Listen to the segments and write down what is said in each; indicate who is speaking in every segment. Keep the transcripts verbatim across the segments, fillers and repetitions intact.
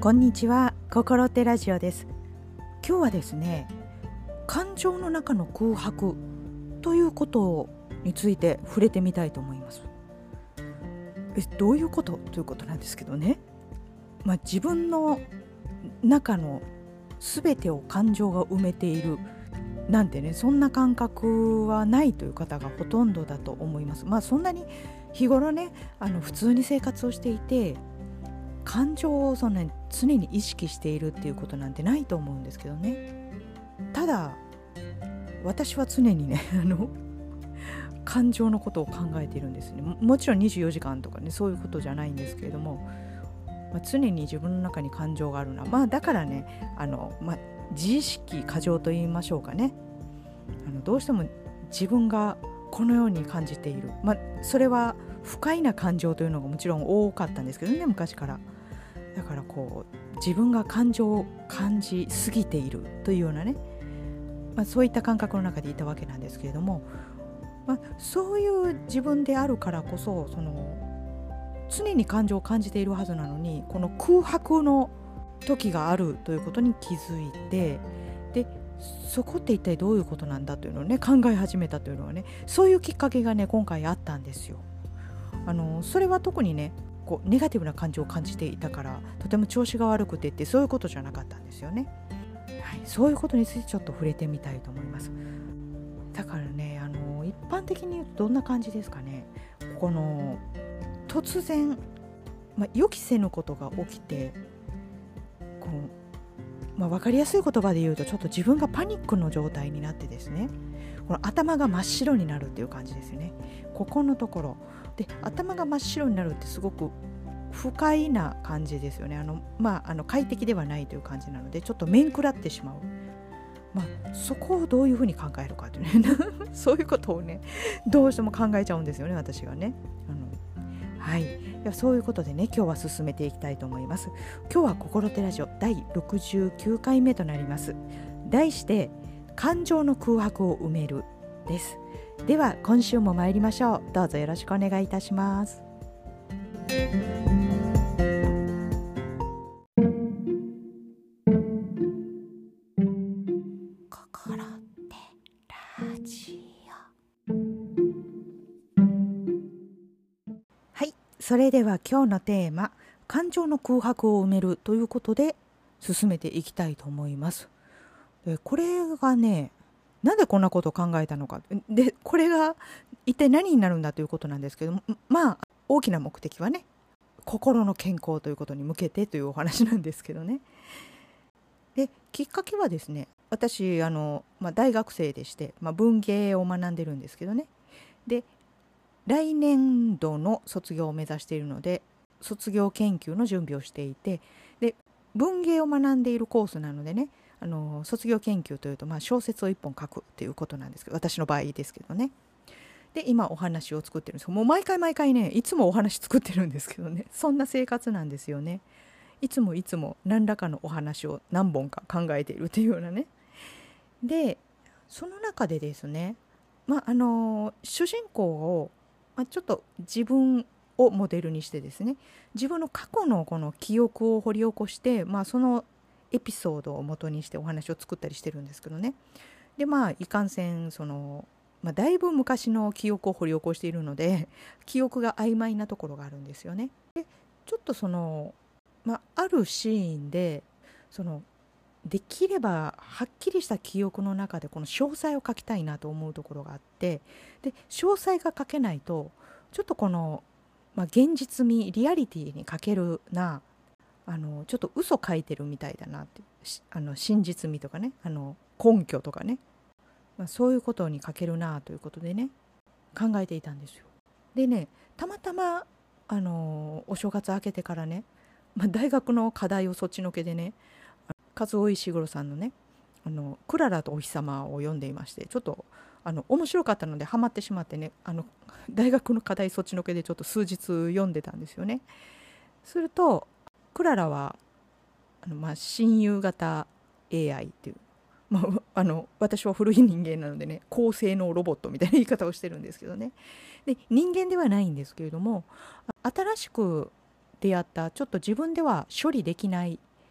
Speaker 1: こんにちは、心ってラジオです。今日はですね、感情の中の空白ということについて触れてみたいと思います。えどういうことということなんですけどね、まあ、自分の中のすべてを感情が埋めているなんてね、そんな感覚はないという方がほとんどだと思います。まあそんなに日頃ね、あの普通に生活をしていて感情をそんなに常に意識しているっていうことなんてないと思うんですけどね。ただ私は常にねあの感情のことを考えているんですね。 も, もちろんにじゅうよじかんとかね、そういうことじゃないんですけれども、まあ、常に自分の中に感情があるな、まあだからね、あの、まあ、自意識過剰と言いましょうかね。あのどうしても自分がこのように感じている、まあ、それは不快な感情というのがもちろん多かったんですけどね、昔から。だからこう自分が感情を感じすぎているというようなね、まあ、そういった感覚の中でいたわけなんですけれども、まあ、そういう自分であるからこそ、その常に感情を感じているはずなのに、この空白の時があるということに気づいて、でそこって一体どういうことなんだというのをね、考え始めたというのはね、そういうきっかけがね今回あったんですよ。あのそれは特にね、こうネガティブな感情を感じていたからとても調子が悪くてってそういうことじゃなかったんですよね。はい、そういうことについてちょっと触れてみたいと思います。だからね、あの一般的に言うとどんな感じですかね。この突然、まあ、予期せぬことが起きて、こう、まあ、分かりやすい言葉で言うとちょっと自分がパニックの状態になってですね、この頭が真っ白になるっていう感じですよね。ここのところで頭が真っ白になるってすごく不快な感じですよね。あの、まあ、あの快適ではないという感じなので、ちょっと面食らってしまう。まあ、そこをどういうふうに考えるかというねそういうことをねどうしても考えちゃうんですよね、私はね。あのはい、ではそういうことでね、今日は進めていきたいと思います。今日は心手ラジオだいろくじゅうきゅうかいめとなります。題して感情の空白を埋めるです。では今週も参りましょう。どうぞよろしくお願いいたします。心ってラジオ。はい、それでは今日のテーマ、感情の空白を埋めるということで進めていきたいと思います。でこれがね、なんでこんなことを考えたのかで、これが一体何になるんだということなんですけども、まあ大きな目的はね、心の健康ということに向けてというお話なんですけどね。できっかけはですね、私あの、まあ、大学生でして、まあ、文芸を学んでるんですけどね。で来年度の卒業を目指しているので、卒業研究の準備をしていて、で文芸を学んでいるコースなのでね、あの卒業研究というと、まあ、小説を一本書くということなんですけど、私の場合ですけどね。で今お話を作ってるんです。もう毎回毎回ね、いつもお話作ってるんですけどね、そんな生活なんですよね。いつもいつも何らかのお話を何本か考えているというようなね。でその中でですね、まああの主人公を、まあ、ちょっと自分をモデルにしてですね、自分の過去のこの記憶を掘り起こして、まあ、そのエピソードを元にしてお話を作ったりしてるんですけどね。でまあいかんせんその、まあ、だいぶ昔の記憶を掘り起こしているので、記憶が曖昧なところがあるんですよね。でちょっとその、まあ、あるシーンでそのできればはっきりした記憶の中でこの詳細を書きたいなと思うところがあって、で詳細が書けないとちょっとこの、まあ、現実味リアリティに欠けるな、あのちょっと嘘書いてるみたいだなって、あの真実味とかね、あの根拠とかね、まあ、そういうことに欠けるなということでね、考えていたんですよ。でね、たまたまあのお正月明けてからね、まあ、大学の課題をそっちのけでね、和尾石黒さんのね、あのクララとお日様を読んでいまして、ちょっとあの面白かったのでハマってしまってね、あの大学の課題そっちのけでちょっと数日読んでたんですよね。するとクララはあの、まあ、親友型 エーアイ っていう、まあ、あの私は古い人間なのでね、高性能ロボットみたいな言い方をしてるんですけどね。で人間ではないんですけれども、新しく出会ったちょっと自分では処理できない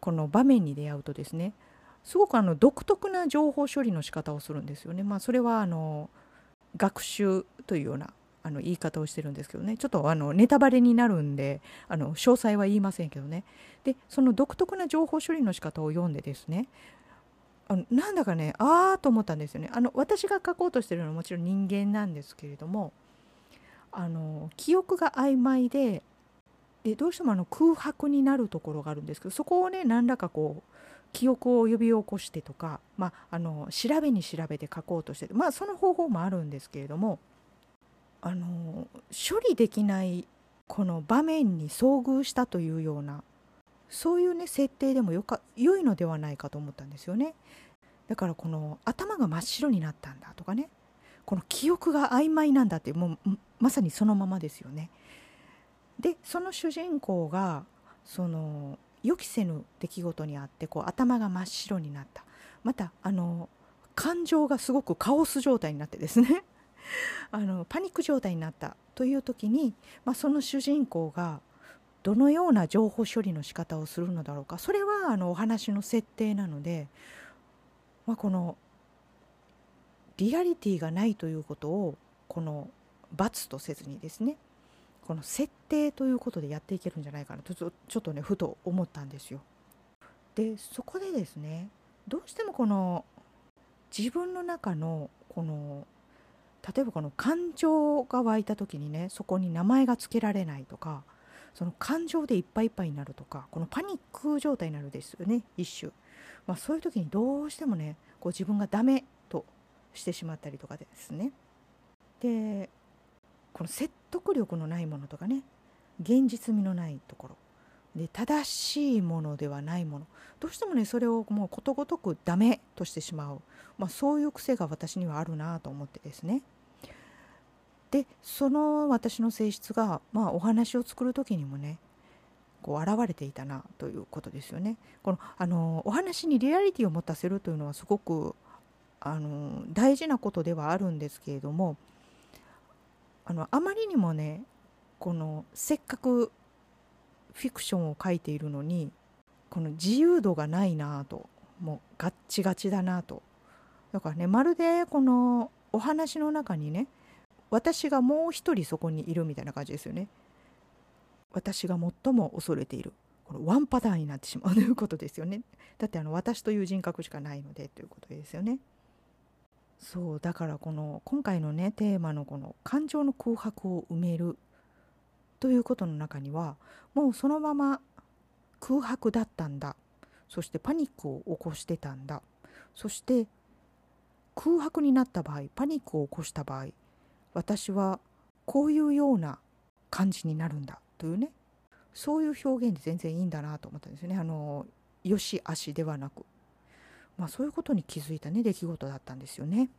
Speaker 1: この場面に出会うとですね、すごくあの独特な情報処理の仕方をするんですよね。まあそれはあの学習というようなあの言い方をしてるんですけどね、ちょっとあのネタバレになるんであの詳細は言いませんけどね。でその独特な情報処理の仕方を読んでですね、あのなんだかね、あーと思ったんですよね。あの私が書こうとしてるのはもちろん人間なんですけれども、あの記憶が曖昧ででどうしてもあの空白になるところがあるんですけど、そこをね何らかこう記憶を呼び起こしてとか、まあ、あの調べに調べて書こうとして、まあその方法もあるんですけれども、あの処理できないこの場面に遭遇したというような、そういうね設定でもよか良いのではないかと思ったんですよね。だからこの頭が真っ白になったんだとかね、この記憶が曖昧なんだって、もうまさにそのままですよね。でその主人公がその予期せぬ出来事にあってこう頭が真っ白になった、またあの感情がすごくカオス状態になってですねあのパニック状態になったという時に、まあ、その主人公がどのような情報処理の仕方をするのだろうか、それはあのお話の設定なので、まあ、このリアリティがないということをこの罰とせずにですね、この設定ということでやっていけるんじゃないかなとちょちょっとねふと思ったんですよ。でそこでですね、どうしてもこの自分の中のこの例えばこの感情が湧いた時にね、そこに名前が付けられないとか、その感情でいっぱいいっぱいになるとか、このパニック状態になるですよね、一種。まあ、そういう時にどうしてもねこう自分がダメとしてしまったりとかですね。でこの説得力のないものとかね、現実味のないところで正しいものではないもの、どうしてもねそれをもうことごとくダメとしてしまう、まあ、そういう癖が私にはあるなと思ってですね。でその私の性質が、まあ、お話を作る時にもねこう現れていたなということですよね。このあのお話にリアリティを持たせるというのはすごくあの大事なことではあるんですけれども、あのあまりにもねこのせっかくフィクションを書いているのにこの自由度がないなと、もうガッチガチだなと。だからね、まるでこのお話の中にね私がもう一人そこにいるみたいな感じですよね。私が最も恐れているこのワンパターンになってしまうということですよね。だってあの私という人格しかないのでということですよね。そうだからこの今回のねテーマのこの感情の空白を埋めるということの中には、もうそのまま空白だったんだ、そしてパニックを起こしてたんだ、そして空白になった場合、パニックを起こした場合、私はこういうような感じになるんだというね、そういう表現で全然いいんだなと思ったんですよね。あのよし悪しではなく、まあ、そういうことに気づいたね出来事だったんですよね。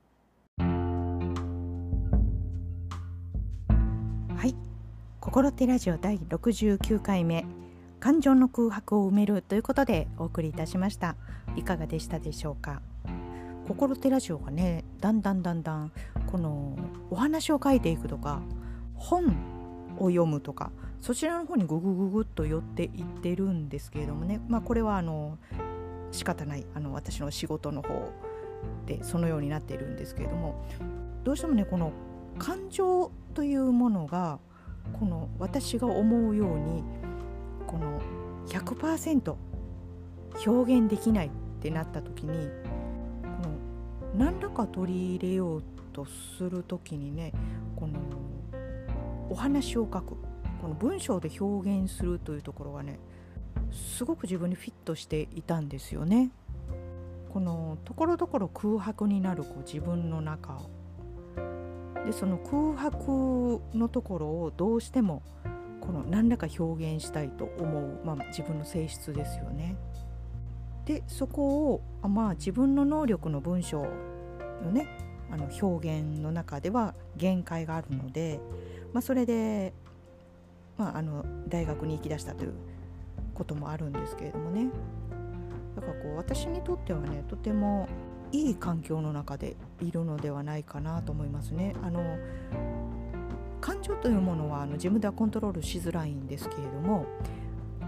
Speaker 1: はい、心ってラジオだいろくじゅうきゅうかいめ、感情の空白を埋めるということでお送りいたしました。いかがでしたでしょうか。心ってラジオがねだんだんだんだんこのお話を書いていくとか本を読むとか、そちらの方にググググっと寄っていってるんですけれどもね、まあこれはあの仕方ないあの私の仕事の方でそのようになっているんですけれども、どうしてもねこの感情というものがこの私が思うようにこの ひゃくパーセント 表現できないってなった時に、この何らか取り入れようとする時にね、このお話を書く、この文章で表現するというところがねすごく自分にフィットしていたんですよね。このところどころ空白になるこう自分の中をで、その空白のところをどうしてもこの何らか表現したいと思う、まあ、自分の性質ですよね。でそこを、まあ、自分の能力の文章のねあの表現の中では限界があるので、まあ、それで、まあ、あの大学に行き出したということもあるんですけれどもね。だからこう私にとってはねとてもいい環境の中でいるのではないかなと思いますね。あの感情というものはあの自分ではコントロールしづらいんですけれども、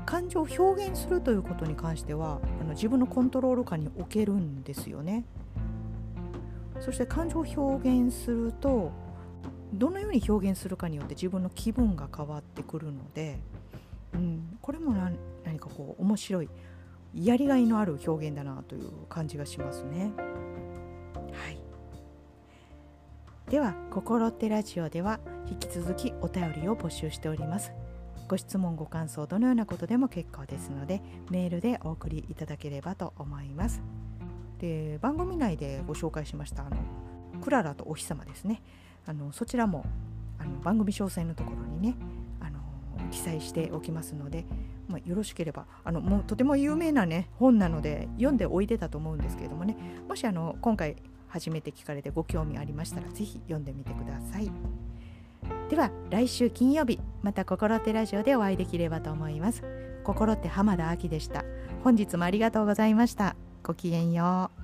Speaker 1: 感情を表現するということに関してはあの自分のコントロール下に置けるんですよね。そして感情を表現するとどのように表現するかによって自分の気分が変わってくるので、うん、これも何、何かこう面白いやりがいのある表現だなという感じがしますね。はい。では心ってラジオでは引き続きお便りを募集しております。ご質問ご感想どのようなことでも結構ですのでメールでお送りいただければと思います。で番組内でご紹介しましたあのクララとお日様ですね、あのそちらもあの番組詳細のところにねあの記載しておきますので、まあ、よろしければあのもうとても有名な、ね、本なので読んでおいでたと思うんですけれどもね、もしあの今回初めて聞かれてご興味ありましたらぜひ読んでみてください。では来週金曜日また心ってラジオでお会いできればと思います。心って浜田亜希でした。本日もありがとうございました。ごきげんよう。